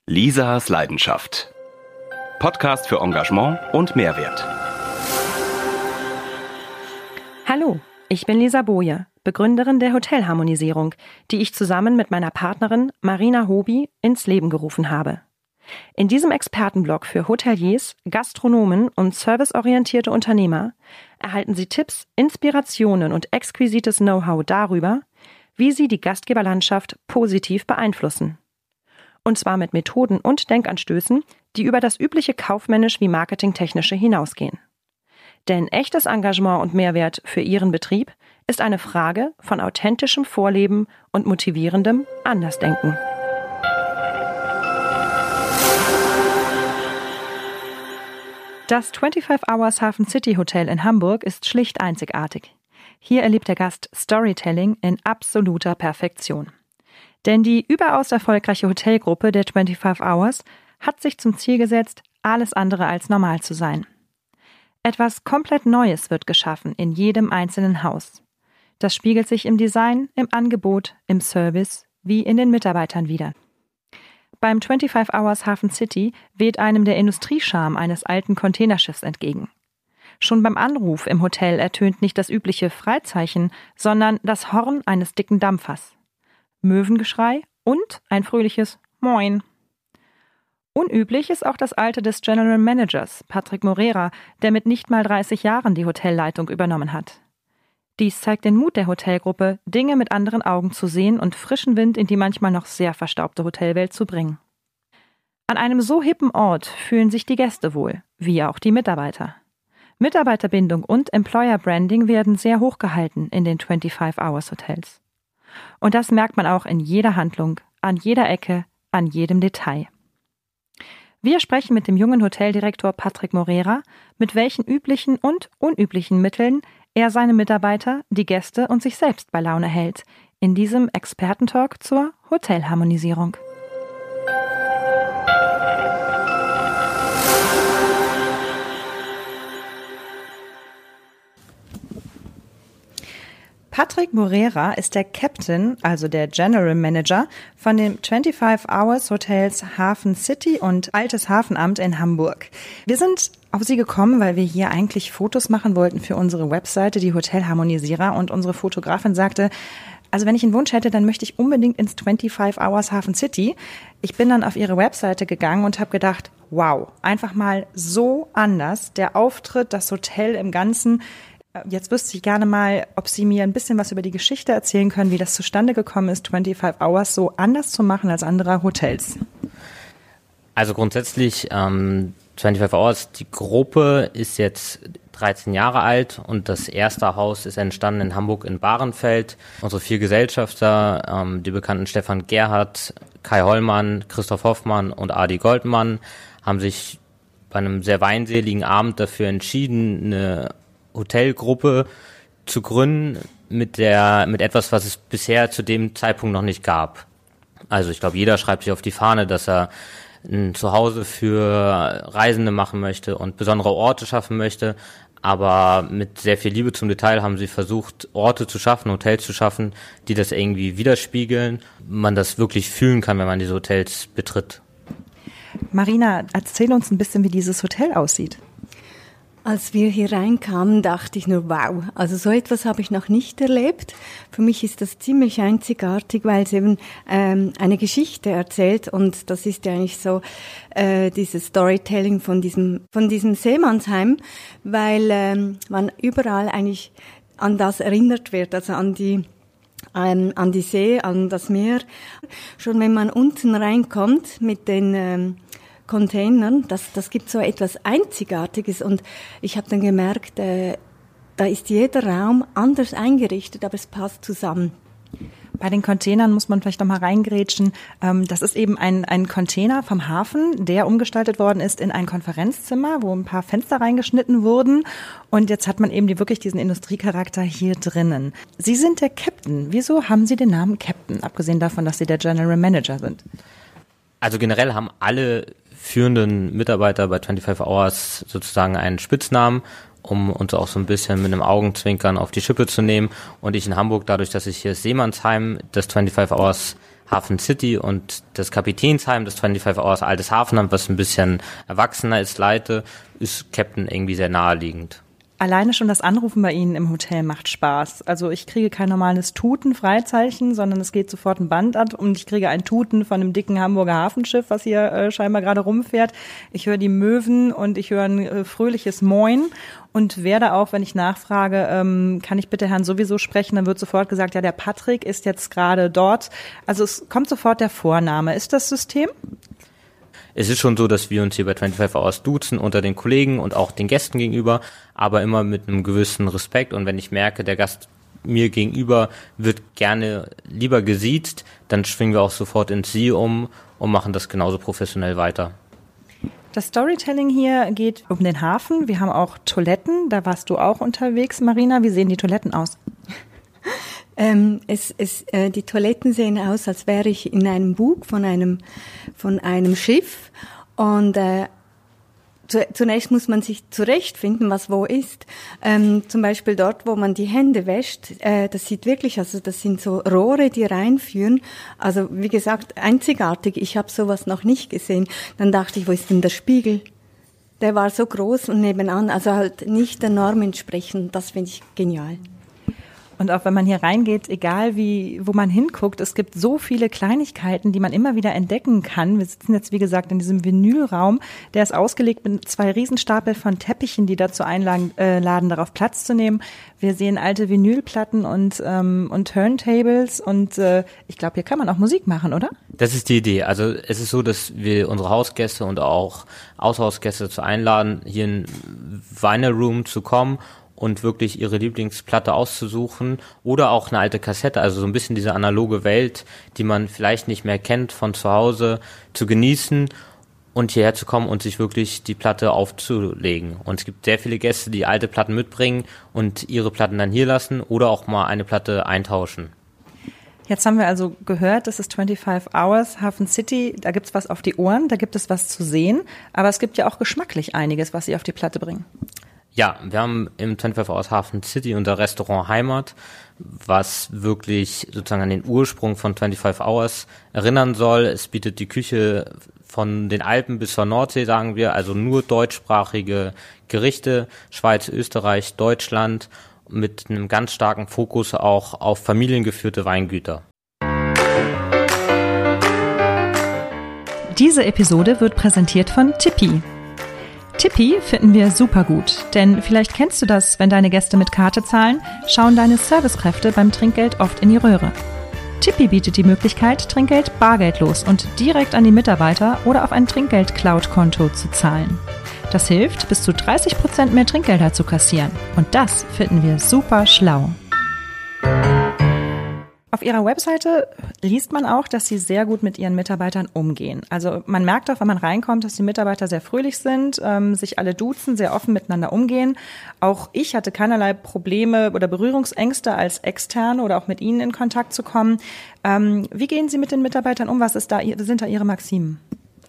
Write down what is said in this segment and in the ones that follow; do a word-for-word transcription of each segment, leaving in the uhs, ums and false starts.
Lisas Leidenschaft. Podcast für Engagement und Mehrwert. Hallo, ich bin Lisa Boje, Begründerin der Hotelharmonisierung, die ich zusammen mit meiner Partnerin Marina Hobi ins Leben gerufen habe. In diesem Expertenblog für Hoteliers, Gastronomen und serviceorientierte Unternehmer erhalten Sie Tipps, Inspirationen und exquisites Know-how darüber, wie Sie die Gastgeberlandschaft positiv beeinflussen. Und zwar mit Methoden und Denkanstößen, die über das übliche kaufmännisch wie marketingtechnische hinausgehen. Denn echtes Engagement und Mehrwert für Ihren Betrieb ist eine Frage von authentischem Vorleben und motivierendem Andersdenken. Das fünfundzwanzig Hours Hafen City Hotel in Hamburg ist schlicht einzigartig. Hier erlebt der Gast Storytelling in absoluter Perfektion. Denn die überaus erfolgreiche Hotelgruppe der fünfundzwanzig Hours hat sich zum Ziel gesetzt, alles andere als normal zu sein. Etwas komplett Neues wird geschaffen in jedem einzelnen Haus. Das spiegelt sich im Design, im Angebot, im Service wie in den Mitarbeitern wider. Beim fünfundzwanzig Hours Hafen City weht einem der Industriescharme eines alten Containerschiffs entgegen. Schon beim Anruf im Hotel ertönt nicht das übliche Freizeichen, sondern das Horn eines dicken Dampfers. Möwengeschrei und ein fröhliches Moin. Unüblich ist auch das Alter des General Managers, Patrick Morera, der mit nicht mal dreißig Jahren die Hotelleitung übernommen hat. Dies zeigt den Mut der Hotelgruppe, Dinge mit anderen Augen zu sehen und frischen Wind in die manchmal noch sehr verstaubte Hotelwelt zu bringen. An einem so hippen Ort fühlen sich die Gäste wohl, wie auch die Mitarbeiter. Mitarbeiterbindung und Employer Branding werden sehr hoch gehalten in den fünfundzwanzig Hours Hotels. Und das merkt man auch in jeder Handlung, an jeder Ecke, an jedem Detail. Wir sprechen mit dem jungen Hoteldirektor Patrick Morera, mit welchen üblichen und unüblichen Mitteln er seine Mitarbeiter, die Gäste und sich selbst bei Laune hält, in diesem Expertentalk zur Hotelharmonisierung. Patrick Morera ist der Captain, also der General Manager von den fünfundzwanzig Hours Hotels Hafen City und Altes Hafenamt in Hamburg. Wir sind auf Sie gekommen, weil wir hier eigentlich Fotos machen wollten für unsere Webseite, die Hotelharmonisierer, und unsere Fotografin sagte, also wenn ich einen Wunsch hätte, dann möchte ich unbedingt ins fünfundzwanzig Hours Hafen City. Ich bin dann auf ihre Webseite gegangen und habe gedacht, wow, einfach mal so anders, der Auftritt, das Hotel im Ganzen. Jetzt wüsste ich gerne mal, ob Sie mir ein bisschen was über die Geschichte erzählen können, wie das zustande gekommen ist, fünfundzwanzig Hours so anders zu machen als andere Hotels. Also grundsätzlich, ähm, fünfundzwanzig Hours, die Gruppe ist jetzt dreizehn Jahre alt und das erste Haus ist entstanden in Hamburg in Bahrenfeld. Unsere vier Gesellschafter, ähm, die bekannten Stefan Gerhardt, Kai Hollmann, Christoph Hoffmann und Adi Goldmann, haben sich bei einem sehr weinseligen Abend dafür entschieden, eine Hotelgruppe zu gründen mit der mit etwas, was es bisher zu dem Zeitpunkt noch nicht gab. Also ich glaube, jeder schreibt sich auf die Fahne, dass er ein Zuhause für Reisende machen möchte und besondere Orte schaffen möchte. Aber mit sehr viel Liebe zum Detail haben sie versucht, Orte zu schaffen, Hotels zu schaffen, die das irgendwie widerspiegeln, man das wirklich fühlen kann, wenn man diese Hotels betritt. Marina, erzähl uns ein bisschen, wie dieses Hotel aussieht. Als wir hier reinkamen, dachte ich nur, wow, also so etwas habe ich noch nicht erlebt. Für mich ist das ziemlich einzigartig, weil es eben ähm, eine Geschichte erzählt und das ist ja eigentlich so äh, dieses Storytelling von diesem von diesem Seemannsheim, weil ähm, man überall eigentlich an das erinnert wird, also an die ähm, an die See, an das Meer. Schon wenn man unten reinkommt mit den ähm, Containern, das, das gibt so etwas Einzigartiges und ich habe dann gemerkt, äh, da ist jeder Raum anders eingerichtet, aber es passt zusammen. Bei den Containern muss man vielleicht noch mal reingrätschen. Ähm, das ist eben ein, ein Container vom Hafen, der umgestaltet worden ist in ein Konferenzzimmer, wo ein paar Fenster reingeschnitten wurden und jetzt hat man eben die, wirklich diesen Industriecharakter hier drinnen. Sie sind der Captain. Wieso haben Sie den Namen Captain, abgesehen davon, dass Sie der General Manager sind? Also generell haben alle führenden Mitarbeiter bei fünfundzwanzig Hours sozusagen einen Spitznamen, um uns auch so ein bisschen mit einem Augenzwinkern auf die Schippe zu nehmen. Und ich in Hamburg, dadurch, dass ich hier Seemannsheim des fünfundzwanzig Hours Hafen City und das Kapitänsheim, das fünfundzwanzig Hours altes Hafenamt, was ein bisschen erwachsener ist, leite, ist Captain irgendwie sehr naheliegend. Alleine schon das Anrufen bei Ihnen im Hotel macht Spaß. Also ich kriege kein normales Tuten-Freizeichen, sondern es geht sofort ein Band an und ich kriege ein Tuten von einem dicken Hamburger Hafenschiff, was hier äh, scheinbar gerade rumfährt. Ich höre die Möwen und ich höre ein äh, fröhliches Moin und werde auch, wenn ich nachfrage, ähm, kann ich bitte Herrn sowieso sprechen, dann wird sofort gesagt, ja, der Patrick ist jetzt gerade dort. Also es kommt sofort der Vorname. Ist das System? Es ist schon so, dass wir uns hier bei fünfundzwanzig Hours duzen unter den Kollegen und auch den Gästen gegenüber, aber immer mit einem gewissen Respekt. Und wenn ich merke, der Gast mir gegenüber wird gerne lieber gesiezt, dann schwingen wir auch sofort ins Sie um und machen das genauso professionell weiter. Das Storytelling hier geht um den Hafen. Wir haben auch Toiletten, da warst du auch unterwegs, Marina. Wie sehen die Toiletten aus? Ähm, es, es, äh, die Toiletten sehen aus, als wäre ich in einem Bug von einem, von einem Schiff. Und äh, zu, zunächst muss man sich zurechtfinden, was wo ist. Ähm, zum Beispiel dort, wo man die Hände wäscht, äh, das sieht wirklich, also das sind so Rohre, die reinführen. Also wie gesagt, einzigartig. Ich habe sowas noch nicht gesehen. Dann dachte ich, wo ist denn der Spiegel? Der war so groß und nebenan, also halt nicht der Norm entsprechend. Das finde ich genial. Und auch wenn man hier reingeht, egal wie, wo man hinguckt, es gibt so viele Kleinigkeiten, die man immer wieder entdecken kann. Wir sitzen jetzt, wie gesagt, in diesem Vinylraum. Der ist ausgelegt mit zwei Riesenstapel von Teppichen, die dazu einladen, äh, laden, darauf Platz zu nehmen. Wir sehen alte Vinylplatten und, ähm, und Turntables und äh, ich glaube, hier kann man auch Musik machen, oder? Das ist die Idee. Also es ist so, dass wir unsere Hausgäste und auch Außerhausgäste dazu einladen, hier in Vinyl Room zu kommen und wirklich ihre Lieblingsplatte auszusuchen oder auch eine alte Kassette, also so ein bisschen diese analoge Welt, die man vielleicht nicht mehr kennt, von zu Hause zu genießen und hierher zu kommen und sich wirklich die Platte aufzulegen. Und es gibt sehr viele Gäste, die alte Platten mitbringen und ihre Platten dann hier lassen oder auch mal eine Platte eintauschen. Jetzt haben wir also gehört, das ist fünfundzwanzig Hours, Hafen City, da gibt's was auf die Ohren, da gibt es was zu sehen, aber es gibt ja auch geschmacklich einiges, was Sie auf die Platte bringen. Ja, wir haben im fünfundzwanzig Hours Hafen City unser Restaurant Heimat, was wirklich sozusagen an den Ursprung von fünfundzwanzig Hours erinnern soll. Es bietet die Küche von den Alpen bis zur Nordsee, sagen wir, also nur deutschsprachige Gerichte, Schweiz, Österreich, Deutschland, mit einem ganz starken Fokus auch auf familiengeführte Weingüter. Diese Episode wird präsentiert von Tippi. Tippi finden wir super gut, denn vielleicht kennst du das, wenn deine Gäste mit Karte zahlen, schauen deine Servicekräfte beim Trinkgeld oft in die Röhre. Tippi bietet die Möglichkeit, Trinkgeld bargeldlos und direkt an die Mitarbeiter oder auf ein Trinkgeld-Cloud-Konto zu zahlen. Das hilft, bis zu dreißig Prozent mehr Trinkgelder zu kassieren. Und das finden wir super schlau. Auf Ihrer Webseite liest man auch, dass Sie sehr gut mit Ihren Mitarbeitern umgehen. Also man merkt auch, wenn man reinkommt, dass die Mitarbeiter sehr fröhlich sind, ähm, sich alle duzen, sehr offen miteinander umgehen. Auch ich hatte keinerlei Probleme oder Berührungsängste als Externe oder auch mit Ihnen in Kontakt zu kommen. Ähm, wie gehen Sie mit den Mitarbeitern um? Was ist da, sind da Ihre Maximen?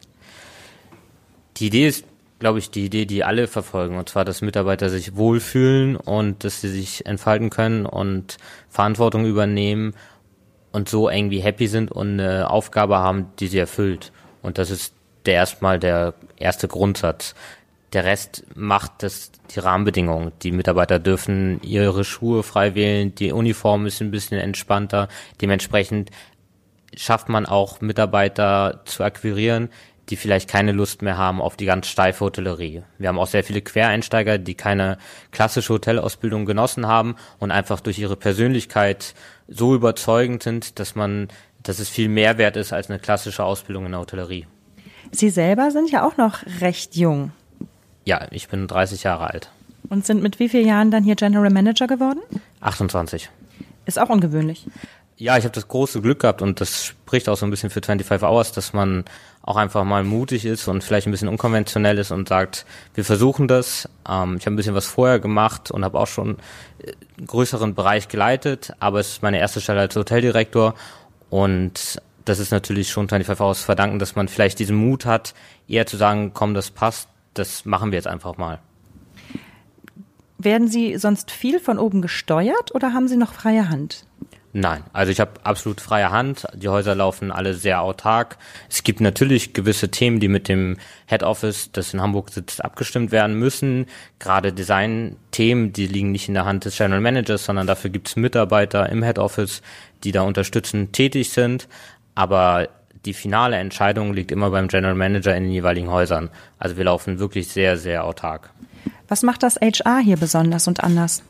Die Idee ist, glaube ich, die Idee, die alle verfolgen, und zwar, dass Mitarbeiter sich wohlfühlen und dass sie sich entfalten können und Verantwortung übernehmen und so irgendwie happy sind und eine Aufgabe haben, die sie erfüllt. Und das ist der erstmal der erste Grundsatz. Der Rest macht das die Rahmenbedingungen. Die Mitarbeiter dürfen ihre Schuhe frei wählen, die Uniform ist ein bisschen entspannter. Dementsprechend schafft man auch Mitarbeiter zu akquirieren, die vielleicht keine Lust mehr haben auf die ganz steife Hotellerie. Wir haben auch sehr viele Quereinsteiger, die keine klassische Hotelausbildung genossen haben und einfach durch ihre Persönlichkeit so überzeugend sind, dass man, dass es viel mehr wert ist als eine klassische Ausbildung in der Hotellerie. Sie selber sind ja auch noch recht jung. Ja, ich bin dreißig Jahre alt. Und sind mit wie vielen Jahren dann hier General Manager geworden? achtundzwanzig. Ist auch ungewöhnlich. Ja, ich habe das große Glück gehabt und das spricht auch so ein bisschen für fünfundzwanzig Hours, dass man auch einfach mal mutig ist und vielleicht ein bisschen unkonventionell ist und sagt, wir versuchen das. Ähm, ich habe ein bisschen was vorher gemacht und habe auch schon einen größeren Bereich geleitet, aber es ist meine erste Stelle als Hoteldirektor und das ist natürlich schon fünfundzwanzig Hours zu verdanken, dass man vielleicht diesen Mut hat, eher zu sagen, komm, das passt, das machen wir jetzt einfach mal. Werden Sie sonst viel von oben gesteuert oder haben Sie noch freie Hand? Nein, also ich habe absolut freie Hand. Die Häuser laufen alle sehr autark. Es gibt natürlich gewisse Themen, die mit dem Head Office, das in Hamburg sitzt, abgestimmt werden müssen. Gerade Design-Themen, die liegen nicht in der Hand des General Managers, sondern dafür gibt es Mitarbeiter im Head Office, die da unterstützend tätig sind. Aber die finale Entscheidung liegt immer beim General Manager in den jeweiligen Häusern. Also wir laufen wirklich sehr, sehr autark. Was macht das H R hier besonders und anders?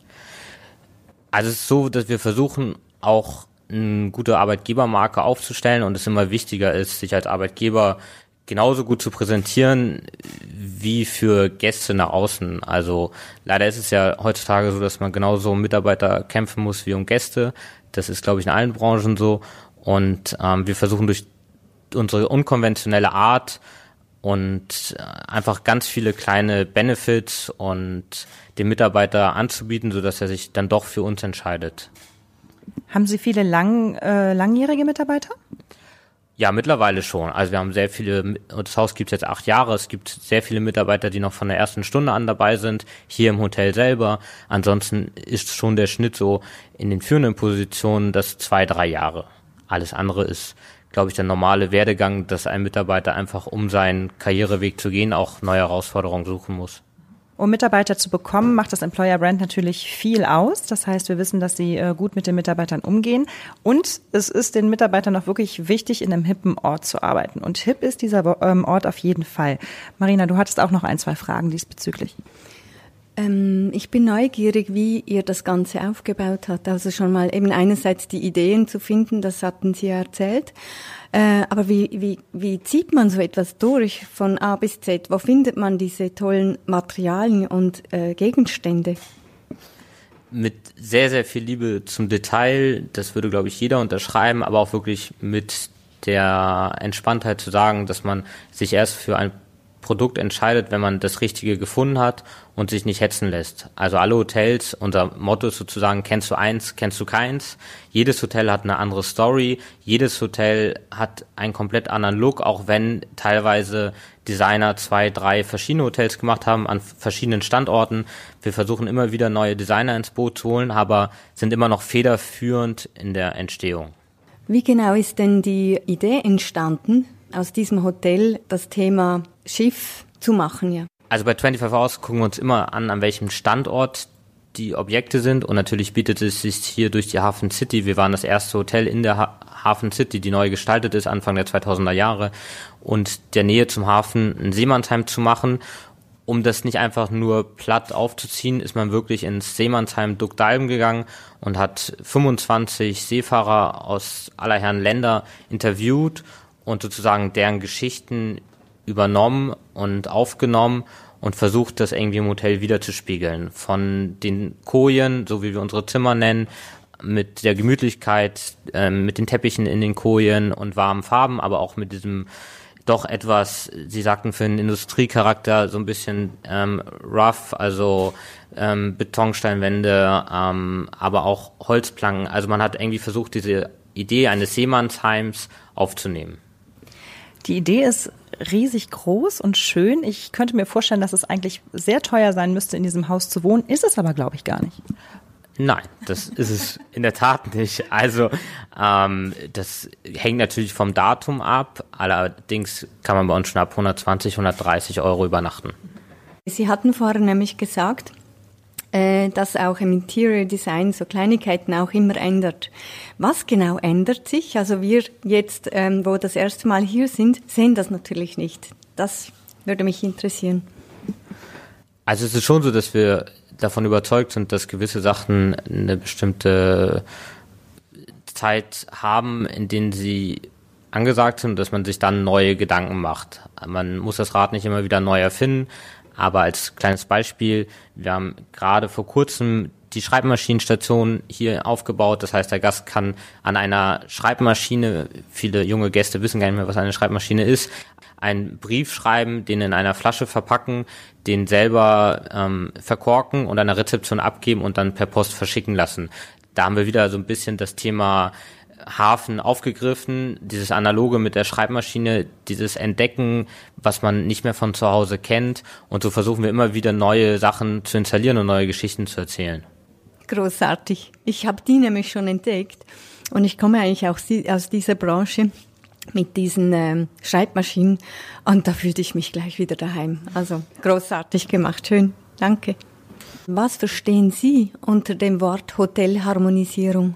Also es ist so, dass wir versuchen, auch eine gute Arbeitgebermarke aufzustellen und es immer wichtiger ist, sich als Arbeitgeber genauso gut zu präsentieren wie für Gäste nach außen. Also leider ist es ja heutzutage so, dass man genauso um Mitarbeiter kämpfen muss wie um Gäste. Das ist, glaube ich, in allen Branchen so. Und ähm, wir versuchen durch unsere unkonventionelle Art und einfach ganz viele kleine Benefits und dem Mitarbeiter anzubieten, sodass er sich dann doch für uns entscheidet. Haben Sie viele lang, äh, langjährige Mitarbeiter? Ja, mittlerweile schon. Also wir haben sehr viele, das Haus gibt es jetzt acht Jahre, es gibt sehr viele Mitarbeiter, die noch von der ersten Stunde an dabei sind, hier im Hotel selber. Ansonsten ist schon der Schnitt so in den führenden Positionen das zwei, drei Jahre. Alles andere ist, glaube ich, der normale Werdegang, dass ein Mitarbeiter einfach, um seinen Karriereweg zu gehen, auch neue Herausforderungen suchen muss. Um Mitarbeiter zu bekommen, macht das Employer Brand natürlich viel aus. Das heißt, wir wissen, dass sie äh, gut mit den Mitarbeitern umgehen. Und es ist den Mitarbeitern auch wirklich wichtig, in einem hippen Ort zu arbeiten. Und hip ist dieser ähm, Ort auf jeden Fall. Marina, du hattest auch noch ein, zwei Fragen diesbezüglich. Ähm, ich bin neugierig, wie ihr das Ganze aufgebaut habt. Also schon mal eben einerseits die Ideen zu finden, das hatten Sie ja erzählt. Äh, aber wie, wie, wie zieht man so etwas durch von A bis Z? Wo findet man diese tollen Materialien und äh, Gegenstände? Mit sehr, sehr viel Liebe zum Detail, das würde, glaube ich, jeder unterschreiben, aber auch wirklich mit der Entspanntheit zu sagen, dass man sich erst für ein Produkt entscheidet, wenn man das Richtige gefunden hat und sich nicht hetzen lässt. Also alle Hotels, unser Motto ist sozusagen, kennst du eins, kennst du keins. Jedes Hotel hat eine andere Story, jedes Hotel hat einen komplett anderen Look, auch wenn teilweise Designer zwei, drei verschiedene Hotels gemacht haben an verschiedenen Standorten. Wir versuchen immer wieder neue Designer ins Boot zu holen, aber sind immer noch federführend in der Entstehung. Wie genau ist denn die Idee entstanden, aus diesem Hotel das Thema Schiff zu machen, ja? Also bei fünfundzwanzig Hours gucken wir uns immer an, an welchem Standort die Objekte sind und natürlich bietet es sich hier durch die Hafen City, wir waren das erste Hotel in der ha- Hafen City, die neu gestaltet ist, Anfang der zweitausender Jahre und der Nähe zum Hafen ein Seemannsheim zu machen. Um das nicht einfach nur platt aufzuziehen, ist man wirklich ins Seemannsheim Dugdalben gegangen und hat fünfundzwanzig Seefahrer aus aller Herren Länder interviewt und sozusagen deren Geschichten übernommen und aufgenommen und versucht, das irgendwie im Hotel wiederzuspiegeln. Von den Kojen, so wie wir unsere Zimmer nennen, mit der Gemütlichkeit, äh, mit den Teppichen in den Kojen und warmen Farben, aber auch mit diesem doch etwas, Sie sagten für einen Industriecharakter, so ein bisschen ähm, rough, also ähm, Betonsteinwände, ähm, aber auch Holzplanken. Also man hat irgendwie versucht, diese Idee eines Seemannsheims aufzunehmen. Die Idee ist riesig groß und schön. Ich könnte mir vorstellen, dass es eigentlich sehr teuer sein müsste, in diesem Haus zu wohnen. Ist es aber, glaube ich, gar nicht. Nein, das ist es in der Tat nicht. Also ähm, das hängt natürlich vom Datum ab. Allerdings kann man bei uns schon ab hundertzwanzig, hundertdreißig Euro übernachten. Sie hatten vorher nämlich gesagt, äh, dass auch im Interior Design so Kleinigkeiten auch immer ändert. Was genau ändert sich? Also wir jetzt, ähm, wo das erste Mal hier sind, sehen das natürlich nicht. Das würde mich interessieren. Also es ist schon so, dass wir davon überzeugt sind, dass gewisse Sachen eine bestimmte Zeit haben, in denen sie angesagt sind, dass man sich dann neue Gedanken macht. Man muss das Rad nicht immer wieder neu erfinden, aber als kleines Beispiel, wir haben gerade vor kurzem die Schreibmaschinenstation hier aufgebaut. Das heißt, der Gast kann an einer Schreibmaschine, viele junge Gäste wissen gar nicht mehr, was eine Schreibmaschine ist, einen Brief schreiben, den in einer Flasche verpacken, den selber ähm, verkorken und an der Rezeption abgeben und dann per Post verschicken lassen. Da haben wir wieder so ein bisschen das Thema Hafen aufgegriffen, dieses Analoge mit der Schreibmaschine, dieses Entdecken, was man nicht mehr von zu Hause kennt. Und so versuchen wir immer wieder neue Sachen zu installieren und neue Geschichten zu erzählen. großartig. Ich habe die nämlich schon entdeckt und ich komme eigentlich auch aus dieser Branche mit diesen ähm, Schreibmaschinen und da fühlte ich mich gleich wieder daheim. Also großartig gemacht, schön, danke. Was verstehen Sie unter dem Wort Hotelharmonisierung?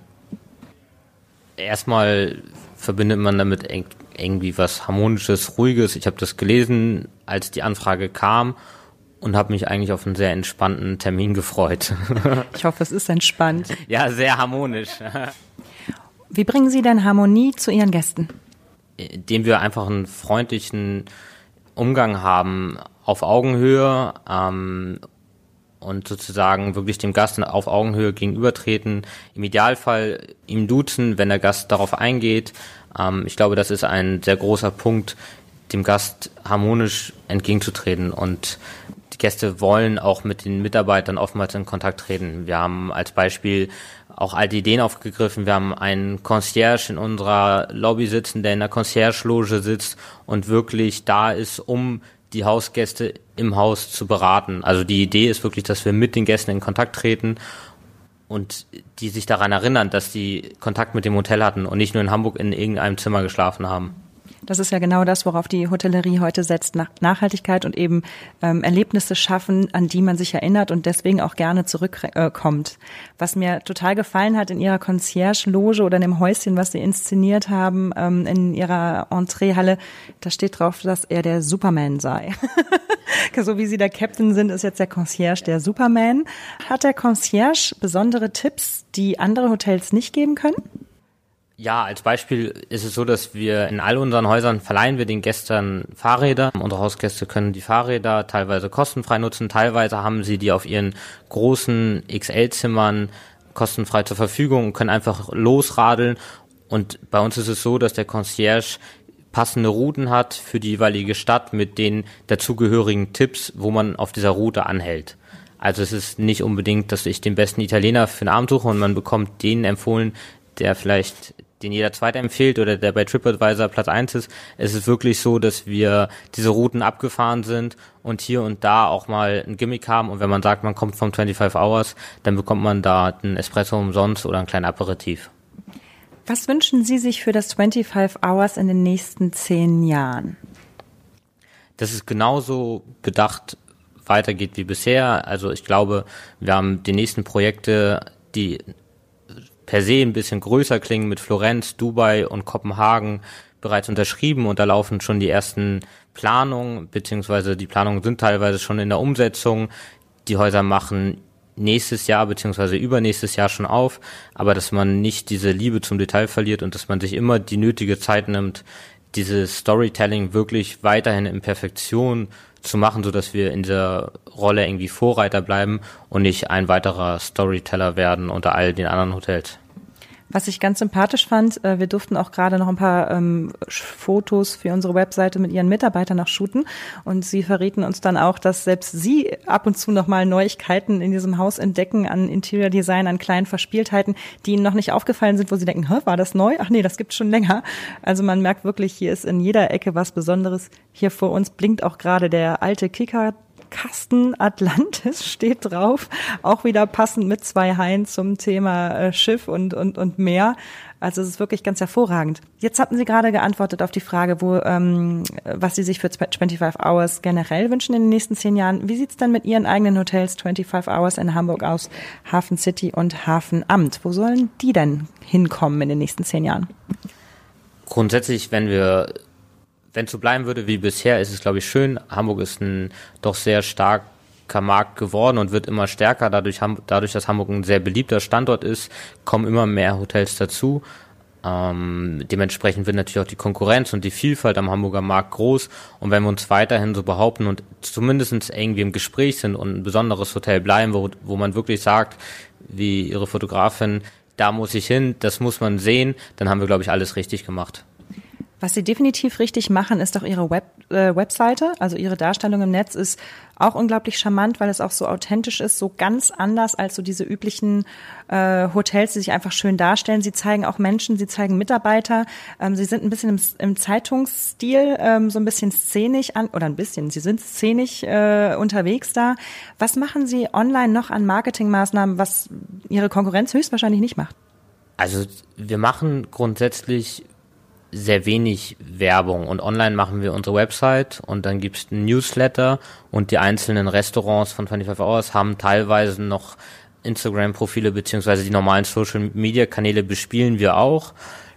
Erstmal verbindet man damit irgendwie was Harmonisches, Ruhiges. Ich habe das gelesen, als die Anfrage kam und habe mich eigentlich auf einen sehr entspannten Termin gefreut. Ich hoffe, es ist entspannt. Ja, sehr harmonisch. Wie bringen Sie denn Harmonie zu Ihren Gästen? Indem wir einfach einen freundlichen Umgang haben, auf Augenhöhe, ähm, und sozusagen wirklich dem Gast auf Augenhöhe gegenübertreten, im Idealfall ihm duzen, wenn der Gast darauf eingeht. Ähm, ich glaube, das ist ein sehr großer Punkt, dem Gast harmonisch entgegenzutreten, und die Gäste wollen auch mit den Mitarbeitern oftmals in Kontakt treten. Wir haben als Beispiel auch alte Ideen aufgegriffen. Wir haben einen Concierge in unserer Lobby sitzen, der in der Concierge-Loge sitzt und wirklich da ist, um die Hausgäste im Haus zu beraten. Also die Idee ist wirklich, dass wir mit den Gästen in Kontakt treten und die sich daran erinnern, dass die Kontakt mit dem Hotel hatten und nicht nur in Hamburg in irgendeinem Zimmer geschlafen haben. Das ist ja genau das, worauf die Hotellerie heute setzt, nach Nachhaltigkeit und eben ähm, Erlebnisse schaffen, an die man sich erinnert und deswegen auch gerne zurückkommt. Äh, was mir total gefallen hat in Ihrer Concierge-Loge oder in dem Häuschen, was Sie inszeniert haben, ähm, in Ihrer Entreehalle, da steht drauf, dass er der Superman sei. So wie Sie der Captain sind, ist jetzt der Concierge der Superman. Hat der Concierge besondere Tipps, die andere Hotels nicht geben können? Ja, als Beispiel ist es so, dass wir in all unseren Häusern verleihen wir den Gästen Fahrräder. Unsere Hausgäste können die Fahrräder teilweise kostenfrei nutzen, teilweise haben sie die auf ihren großen X L-Zimmern kostenfrei zur Verfügung und können einfach losradeln. Und bei uns ist es so, dass der Concierge passende Routen hat für die jeweilige Stadt mit den dazugehörigen Tipps, wo man auf dieser Route anhält. Also es ist nicht unbedingt, dass ich den besten Italiener für den Abend suche und man bekommt den empfohlen, der vielleicht den jeder Zweite empfiehlt oder der bei TripAdvisor Platz eins ist. Es ist wirklich so, dass wir diese Routen abgefahren sind und hier und da auch mal ein Gimmick haben. Und wenn man sagt, man kommt vom twenty-five Hours, dann bekommt man da einen Espresso umsonst oder einen kleinen Aperitif. Was wünschen Sie sich für das twenty-five Hours in den nächsten zehn Jahren? Dass es genauso bedacht weitergeht wie bisher. Also ich glaube, wir haben die nächsten Projekte, die per se ein bisschen größer klingen, mit Florenz, Dubai und Kopenhagen bereits unterschrieben, und da laufen schon die ersten Planungen, beziehungsweise die Planungen sind teilweise schon in der Umsetzung. Die Häuser machen nächstes Jahr beziehungsweise übernächstes Jahr schon auf, aber dass man nicht diese Liebe zum Detail verliert und dass man sich immer die nötige Zeit nimmt, dieses Storytelling wirklich weiterhin in Perfektion zu machen, so dass wir in dieser Rolle irgendwie Vorreiter bleiben und nicht ein weiterer Storyteller werden unter all den anderen Hotels. Was ich ganz sympathisch fand, wir durften auch gerade noch ein paar ähm, Fotos für unsere Webseite mit Ihren Mitarbeitern noch shooten, und Sie verrieten uns dann auch, dass selbst Sie ab und zu noch mal Neuigkeiten in diesem Haus entdecken an Interior Design, an kleinen Verspieltheiten, die Ihnen noch nicht aufgefallen sind, wo Sie denken, hä, war das neu? Ach nee, das gibt's schon länger. Also man merkt wirklich, hier ist in jeder Ecke was Besonderes. Hier vor uns blinkt auch gerade der alte Kicker Kasten Atlantis steht drauf, auch wieder passend mit zwei Haien zum Thema äh, Schiff und, und, und Meer. Also es ist wirklich ganz hervorragend. Jetzt hatten Sie gerade geantwortet auf die Frage, wo, ähm, was Sie sich für twenty-five Hours generell wünschen in den nächsten zehn Jahren. Wie sieht's denn mit Ihren eigenen Hotels twenty-five Hours in Hamburg aus, Hafen City und Hafenamt? Wo sollen die denn hinkommen in den nächsten zehn Jahren? Grundsätzlich, wenn wir Wenn es so bleiben würde wie bisher, ist es, glaube ich, schön. Hamburg ist ein doch sehr starker Markt geworden und wird immer stärker. Dadurch, dadurch, dass Hamburg ein sehr beliebter Standort ist, kommen immer mehr Hotels dazu. Ähm, dementsprechend wird natürlich auch die Konkurrenz und die Vielfalt am Hamburger Markt groß. Und wenn wir uns weiterhin so behaupten und zumindest irgendwie im Gespräch sind und ein besonderes Hotel bleiben, wo, wo man wirklich sagt, wie Ihre Fotografin, da muss ich hin, das muss man sehen, dann haben wir, glaube ich, alles richtig gemacht. Was Sie definitiv richtig machen, ist doch Ihre Web, äh, Webseite. Also Ihre Darstellung im Netz ist auch unglaublich charmant, weil es auch so authentisch ist, so ganz anders als so diese üblichen äh, Hotels, die sich einfach schön darstellen. Sie zeigen auch Menschen, Sie zeigen Mitarbeiter. Ähm, Sie sind ein bisschen im, im Zeitungsstil, ähm, so ein bisschen szenisch an, oder ein bisschen, Sie sind szenisch äh, unterwegs da. Was machen Sie online noch an Marketingmaßnahmen, was Ihre Konkurrenz höchstwahrscheinlich nicht macht? Also wir machen grundsätzlich sehr wenig Werbung und online machen wir unsere Website und dann gibt's einen Newsletter und die einzelnen Restaurants von twenty-five hours haben teilweise noch Instagram-Profile beziehungsweise die normalen Social-Media-Kanäle bespielen wir auch.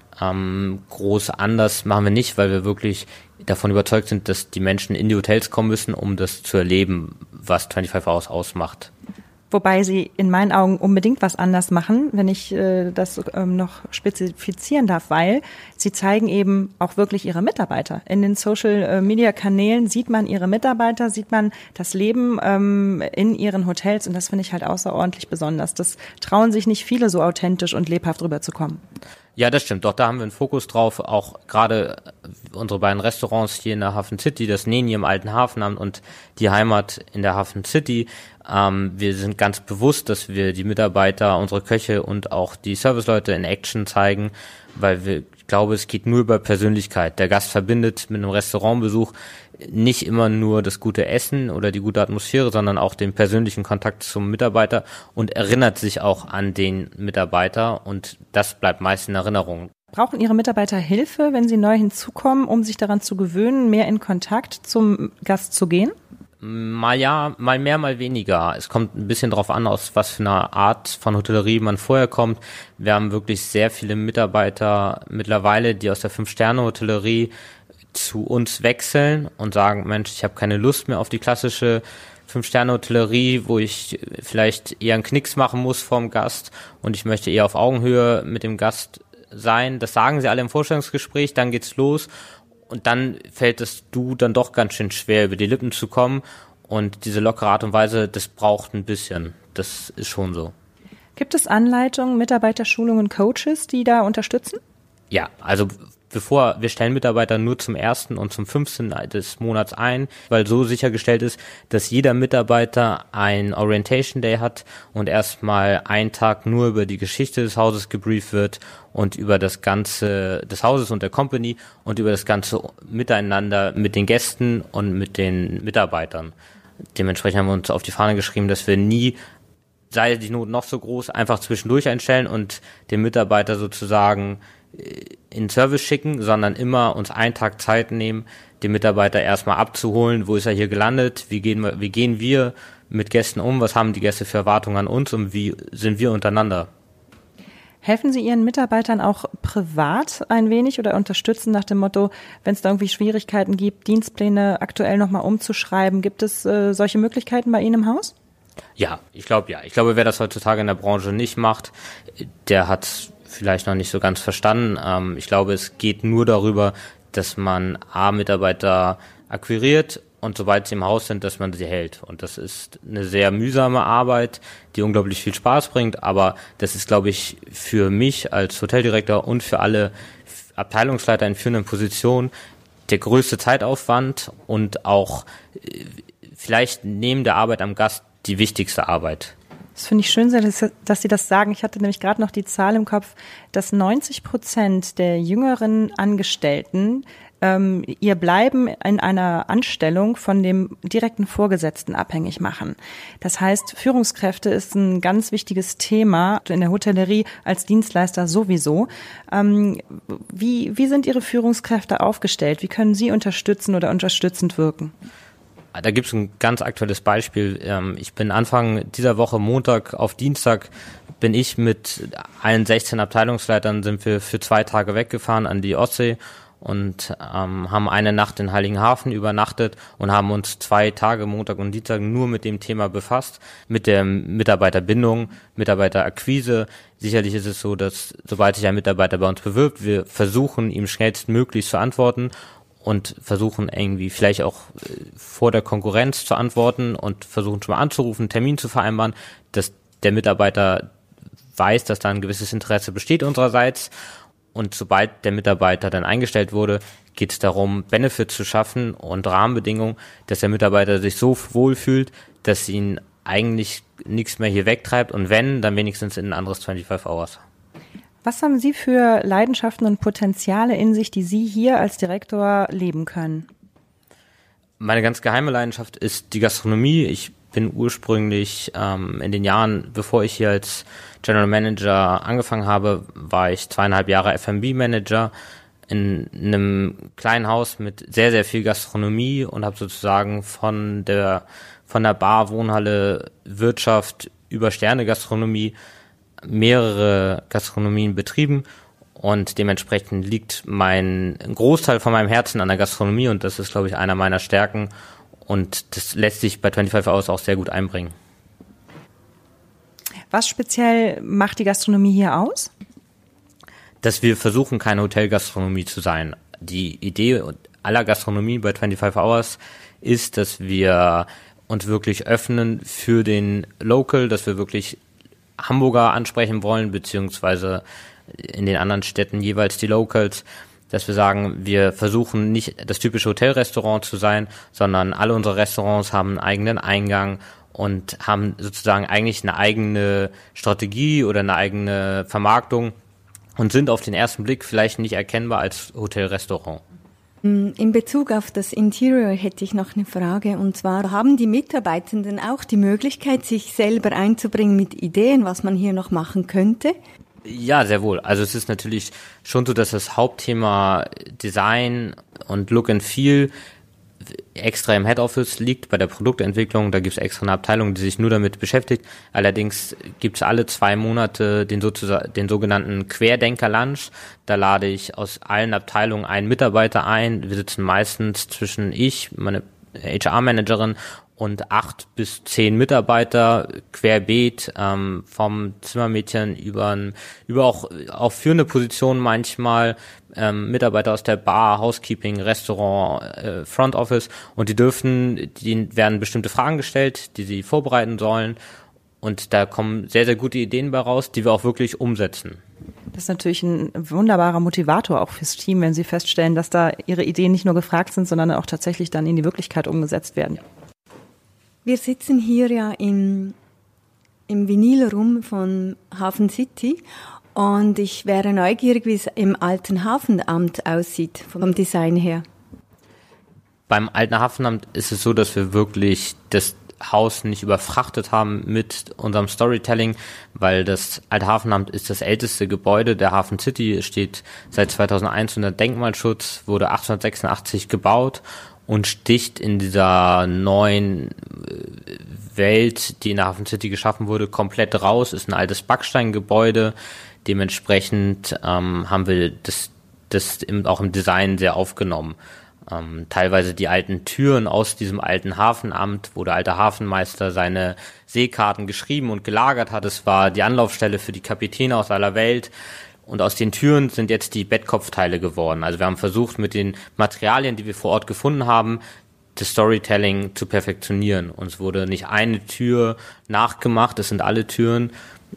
Ähm, groß anders machen wir nicht, weil wir wirklich davon überzeugt sind, dass die Menschen in die Hotels kommen müssen, um das zu erleben, was twenty-five hours ausmacht. Wobei Sie in meinen Augen unbedingt was anders machen, wenn ich äh, das ähm, noch spezifizieren darf, weil Sie zeigen eben auch wirklich Ihre Mitarbeiter. In den Social-Media-Kanälen sieht man Ihre Mitarbeiter, sieht man das Leben ähm, in Ihren Hotels und das finde ich halt außerordentlich besonders. Das trauen sich nicht viele, so authentisch und lebhaft rüberzukommen. Ja, das stimmt. Doch, da haben wir einen Fokus drauf. Auch gerade unsere beiden Restaurants hier in der Hafen City, das Neni im Alten Hafenamt und die Heimat in der Hafen City. Ähm, wir sind ganz bewusst, dass wir die Mitarbeiter, unsere Köche und auch die Serviceleute in Action zeigen, weil wir, ich glaube, es geht nur über Persönlichkeit. Der Gast verbindet mit einem Restaurantbesuch nicht immer nur das gute Essen oder die gute Atmosphäre, sondern auch den persönlichen Kontakt zum Mitarbeiter und erinnert sich auch an den Mitarbeiter und das bleibt meist in Erinnerung. Brauchen Ihre Mitarbeiter Hilfe, wenn sie neu hinzukommen, um sich daran zu gewöhnen, mehr in Kontakt zum Gast zu gehen? Mal ja, mal mehr, mal weniger. Es kommt ein bisschen drauf an, aus was für einer Art von Hotellerie man vorher kommt. Wir haben wirklich sehr viele Mitarbeiter mittlerweile, die aus der Fünf-Sterne-Hotellerie zu uns wechseln und sagen, Mensch, ich habe keine Lust mehr auf die klassische Fünf-Sterne-Hotellerie, wo ich vielleicht eher einen Knicks machen muss vorm Gast und ich möchte eher auf Augenhöhe mit dem Gast sein. Das sagen sie alle im Vorstellungsgespräch, dann geht's los und dann fällt es Du dann doch ganz schön schwer, über die Lippen zu kommen und diese lockere Art und Weise, das braucht ein bisschen. Das ist schon so. Gibt es Anleitungen, Mitarbeiterschulungen, Coaches, die da unterstützen? Ja, also bevor wir stellen Mitarbeiter nur zum ersten und zum fünfzehnten des Monats ein, weil so sichergestellt ist, dass jeder Mitarbeiter ein Orientation Day hat und erstmal einen Tag nur über die Geschichte des Hauses gebrieft wird und über das Ganze des Hauses und der Company und über das ganze Miteinander mit den Gästen und mit den Mitarbeitern. Dementsprechend haben wir uns auf die Fahne geschrieben, dass wir nie, sei die Not noch so groß, einfach zwischendurch einstellen und den Mitarbeiter sozusagen in Service schicken, sondern immer uns einen Tag Zeit nehmen, den Mitarbeiter erstmal abzuholen, wo ist er hier gelandet, wie gehen wir, wie gehen wir mit Gästen um, was haben die Gäste für Erwartungen an uns und wie sind wir untereinander. Helfen Sie Ihren Mitarbeitern auch privat ein wenig oder unterstützen nach dem Motto, wenn es da irgendwie Schwierigkeiten gibt, Dienstpläne aktuell nochmal umzuschreiben, gibt es äh, solche Möglichkeiten bei Ihnen im Haus? Ja, ich glaube ja. Ich glaube, wer das heutzutage in der Branche nicht macht, der hat vielleicht noch nicht so ganz verstanden. Ähm, ich glaube, es geht nur darüber, dass man A, Mitarbeiter akquiriert und sobald sie im Haus sind, dass man sie hält. Und das ist eine sehr mühsame Arbeit, die unglaublich viel Spaß bringt, aber das ist, glaube ich, für mich als Hoteldirektor und für alle Abteilungsleiter in führenden Positionen der größte Zeitaufwand und auch äh, vielleicht neben der Arbeit am Gast die wichtigste Arbeit. Das finde ich schön, dass Sie das sagen. Ich hatte nämlich gerade noch die Zahl im Kopf, dass neunzig Prozent der jüngeren Angestellten ähm, ihr Bleiben in einer Anstellung von dem direkten Vorgesetzten abhängig machen. Das heißt, Führungskräfte ist ein ganz wichtiges Thema in der Hotellerie als Dienstleister sowieso. Ähm, wie, wie sind Ihre Führungskräfte aufgestellt? Wie können Sie unterstützen oder unterstützend wirken? Da gibt es ein ganz aktuelles Beispiel. Ich bin Anfang dieser Woche, Montag auf Dienstag, bin ich mit allen sechzehn Abteilungsleitern, sind wir für zwei Tage weggefahren an die Ostsee und ähm, haben eine Nacht in Heiligenhafen übernachtet und haben uns zwei Tage, Montag und Dienstag, nur mit dem Thema befasst, mit der Mitarbeiterbindung, Mitarbeiterakquise. Sicherlich ist es so, dass sobald sich ein Mitarbeiter bei uns bewirbt, wir versuchen, ihm schnellstmöglich zu antworten und versuchen irgendwie vielleicht auch vor der Konkurrenz zu antworten und versuchen schon mal anzurufen, einen Termin zu vereinbaren, dass der Mitarbeiter weiß, dass da ein gewisses Interesse besteht unsererseits. Und sobald der Mitarbeiter dann eingestellt wurde, geht es darum, Benefits zu schaffen und Rahmenbedingungen, dass der Mitarbeiter sich so wohlfühlt, dass ihn eigentlich nichts mehr hier wegtreibt und wenn, dann wenigstens in ein anderes fünfundzwanzig Hours. Was haben Sie für Leidenschaften und Potenziale in sich, die Sie hier als Direktor leben können? Meine ganz geheime Leidenschaft ist die Gastronomie. Ich bin ursprünglich ähm, in den Jahren, bevor ich hier als General Manager angefangen habe, war ich zweieinhalb Jahre F und B Manager in einem kleinen Haus mit sehr, sehr viel Gastronomie und habe sozusagen von der von der Bar, Wohnhalle, Wirtschaft über Sterne-Gastronomie mehrere Gastronomien betrieben und dementsprechend liegt mein ein Großteil von meinem Herzen an der Gastronomie und das ist, glaube ich, einer meiner Stärken und das lässt sich bei fünfundzwanzig Hours auch sehr gut einbringen. Was speziell macht die Gastronomie hier aus? Dass wir versuchen, keine Hotelgastronomie zu sein. Die Idee aller Gastronomie bei fünfundzwanzig Hours ist, dass wir uns wirklich öffnen für den Local, dass wir wirklich Hamburger ansprechen wollen, beziehungsweise in den anderen Städten jeweils die Locals, dass wir sagen, wir versuchen nicht das typische Hotelrestaurant zu sein, sondern alle unsere Restaurants haben einen eigenen Eingang und haben sozusagen eigentlich eine eigene Strategie oder eine eigene Vermarktung und sind auf den ersten Blick vielleicht nicht erkennbar als Hotelrestaurant. In Bezug auf das Interior hätte ich noch eine Frage, und zwar haben die Mitarbeitenden auch die Möglichkeit, sich selber einzubringen mit Ideen, was man hier noch machen könnte? Ja, sehr wohl. Also es ist natürlich schon so, dass das Hauptthema Design und Look and Feel extra im Head Office liegt bei der Produktentwicklung. Da gibt es extra eine Abteilung, die sich nur damit beschäftigt. Allerdings gibt es alle zwei Monate den, sozusagen, den sogenannten Querdenker-Lunch. Da lade ich aus allen Abteilungen einen Mitarbeiter ein. Wir sitzen meistens zwischen ich, meine H R-Managerin und acht bis zehn Mitarbeiter querbeet, ähm, vom Zimmermädchen über, über auch, auch führende Positionen manchmal, ähm, Mitarbeiter aus der Bar, Housekeeping, Restaurant, äh, Front Office, und die dürfen, die werden bestimmte Fragen gestellt, die sie vorbereiten sollen, und da kommen sehr, sehr gute Ideen bei raus, die wir auch wirklich umsetzen. Das ist natürlich ein wunderbarer Motivator auch fürs Team, wenn Sie feststellen, dass da Ihre Ideen nicht nur gefragt sind, sondern auch tatsächlich dann in die Wirklichkeit umgesetzt werden. Wir sitzen hier ja im, im Vinyl-Room von Hafen City und ich wäre neugierig, wie es im alten Hafenamt aussieht, vom Design her. Beim alten Hafenamt ist es so, dass wir wirklich das Haus nicht überfrachtet haben mit unserem Storytelling, weil das alte Hafenamt ist das älteste Gebäude der Hafen City, steht seit zweitausendeins unter Denkmalschutz, wurde achtzehnhundertsechsundachtzig gebaut und sticht in dieser neuen Welt, die in der Hafen City geschaffen wurde, komplett raus, ist ein altes Backsteingebäude. Dementsprechend ähm, haben wir das, das im, auch im Design sehr aufgenommen. Ähm, teilweise die alten Türen aus diesem alten Hafenamt, wo der alte Hafenmeister seine Seekarten geschrieben und gelagert hat. Es war die Anlaufstelle für die Kapitäne aus aller Welt. Und aus den Türen sind jetzt die Bettkopfteile geworden. Also wir haben versucht, mit den Materialien, die wir vor Ort gefunden haben, das Storytelling zu perfektionieren. Uns wurde nicht eine Tür nachgemacht, es sind alle Türen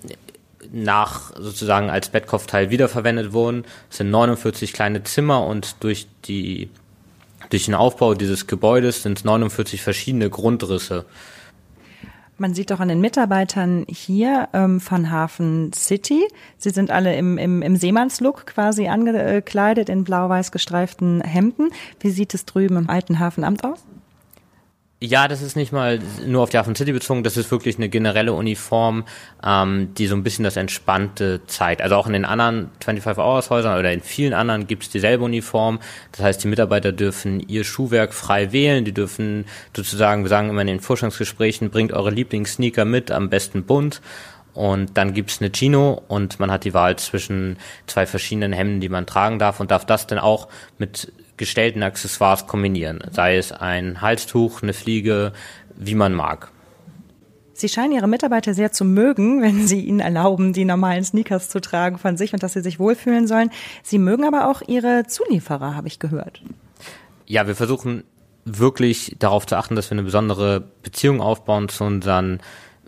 nach sozusagen als Bettkopfteil wiederverwendet worden. Es sind neunundvierzig kleine Zimmer und durch die durch den Aufbau dieses Gebäudes sind es neunundvierzig verschiedene Grundrisse. Man sieht doch an den Mitarbeitern hier ähm, von Hafen City, sie sind alle im, im, im Seemannslook quasi angekleidet in blau-weiß gestreiften Hemden. Wie sieht es drüben im alten Hafenamt aus? Ja, das ist nicht mal nur auf die Hafen City bezogen, das ist wirklich eine generelle Uniform, ähm, die so ein bisschen das Entspannte zeigt. Also auch in den anderen fünfundzwanzig Hours Häusern oder in vielen anderen gibt es dieselbe Uniform. Das heißt, die Mitarbeiter dürfen ihr Schuhwerk frei wählen, die dürfen sozusagen, wir sagen immer in den Vorstellungsgesprächen, bringt eure Lieblingssneaker mit, am besten bunt. Und dann gibt's eine Chino und man hat die Wahl zwischen zwei verschiedenen Hemden, die man tragen darf, und darf das dann auch mit gestellten Accessoires kombinieren. Sei es ein Halstuch, eine Fliege, wie man mag. Sie scheinen Ihre Mitarbeiter sehr zu mögen, wenn Sie ihnen erlauben, die normalen Sneakers zu tragen von sich und dass sie sich wohlfühlen sollen. Sie mögen aber auch Ihre Zulieferer, habe ich gehört. Ja, wir versuchen wirklich darauf zu achten, dass wir eine besondere Beziehung aufbauen zu unseren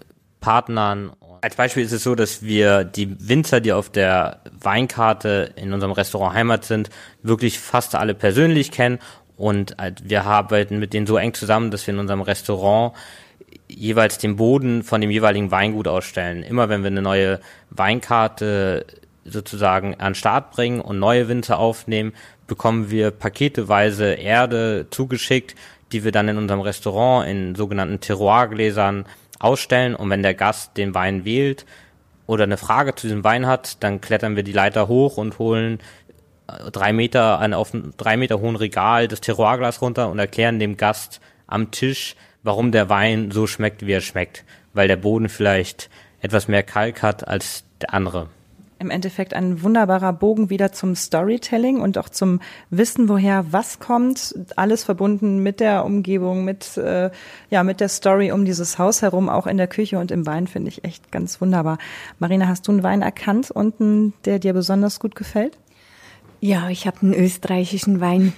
Partnern. Als Beispiel ist es so, dass wir die Winzer, die auf der Weinkarte in unserem Restaurant Heimat sind, wirklich fast alle persönlich kennen. Und wir arbeiten mit denen so eng zusammen, dass wir in unserem Restaurant jeweils den Boden von dem jeweiligen Weingut ausstellen. Immer wenn wir eine neue Weinkarte sozusagen an den Start bringen und neue Winzer aufnehmen, bekommen wir paketeweise Erde zugeschickt, die wir dann in unserem Restaurant in sogenannten Terroirgläsern ausstellen. Und wenn der Gast den Wein wählt oder eine Frage zu diesem Wein hat, dann klettern wir die Leiter hoch und holen drei Meter an auf einem drei Meter hohen Regal das Terroirglas runter und erklären dem Gast am Tisch, warum der Wein so schmeckt, wie er schmeckt. Weil der Boden vielleicht etwas mehr Kalk hat als der andere. Im Endeffekt ein wunderbarer Bogen wieder zum Storytelling und auch zum Wissen, woher was kommt. Alles verbunden mit der Umgebung, mit äh, ja mit der Story um dieses Haus herum, auch in der Küche und im Wein, finde ich echt ganz wunderbar. Marina, hast du einen Wein erkannt unten, der dir besonders gut gefällt? Ja, ich habe einen österreichischen Wein.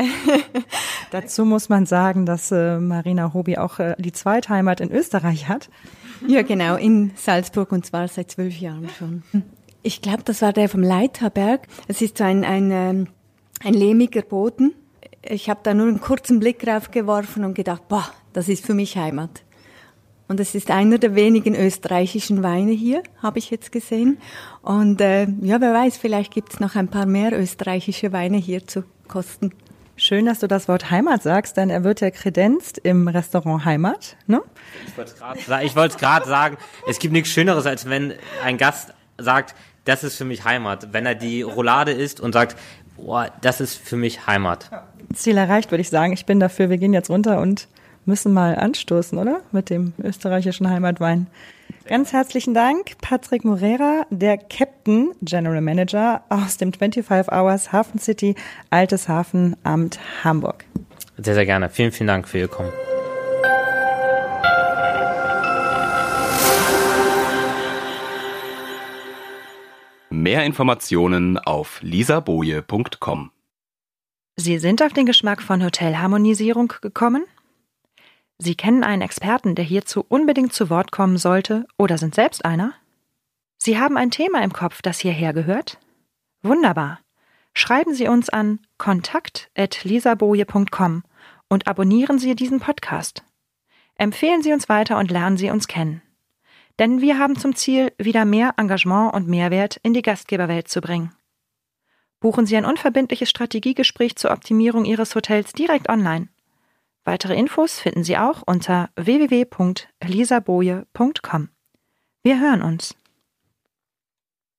Dazu muss man sagen, dass äh, Marina Hobby auch äh, die Zweitheimat in Österreich hat. Ja, genau, in Salzburg, und zwar seit zwölf Jahren schon. Ich glaube, das war der vom Leithaberg. Es ist so ein, ein, ähm, ein lehmiger Boden. Ich habe da nur einen kurzen Blick drauf geworfen und gedacht, boah, das ist für mich Heimat. Und es ist einer der wenigen österreichischen Weine hier, habe ich jetzt gesehen. Und äh, ja, wer weiß, vielleicht gibt es noch ein paar mehr österreichische Weine hier zu kosten. Schön, dass du das Wort Heimat sagst, denn er wird ja kredenzt im Restaurant Heimat, ne? Ich wollte es gerade sagen, es gibt nichts Schöneres, als wenn ein Gast sagt, das ist für mich Heimat. Wenn er die Roulade isst und sagt, boah, das ist für mich Heimat. Ziel erreicht, würde ich sagen. Ich bin dafür, wir gehen jetzt runter und müssen mal anstoßen, oder? Mit dem österreichischen Heimatwein. Ganz herzlichen Dank, Patrick Morera, der Captain General Manager aus dem fünfundzwanzig Hours Hafen City, Altes Hafenamt Hamburg. Sehr, sehr gerne. Vielen, vielen Dank für Ihr Kommen. Mehr Informationen auf lisaboje punkt com. Sie sind auf den Geschmack von Hotelharmonisierung gekommen? Sie kennen einen Experten, der hierzu unbedingt zu Wort kommen sollte, oder sind selbst einer? Sie haben ein Thema im Kopf, das hierher gehört? Wunderbar. Schreiben Sie uns an kontakt at lisaboje punkt com und abonnieren Sie diesen Podcast. Empfehlen Sie uns weiter und lernen Sie uns kennen. Denn wir haben zum Ziel, wieder mehr Engagement und Mehrwert in die Gastgeberwelt zu bringen. Buchen Sie ein unverbindliches Strategiegespräch zur Optimierung Ihres Hotels direkt online. Weitere Infos finden Sie auch unter w w w punkt lisaboje punkt com. Wir hören uns.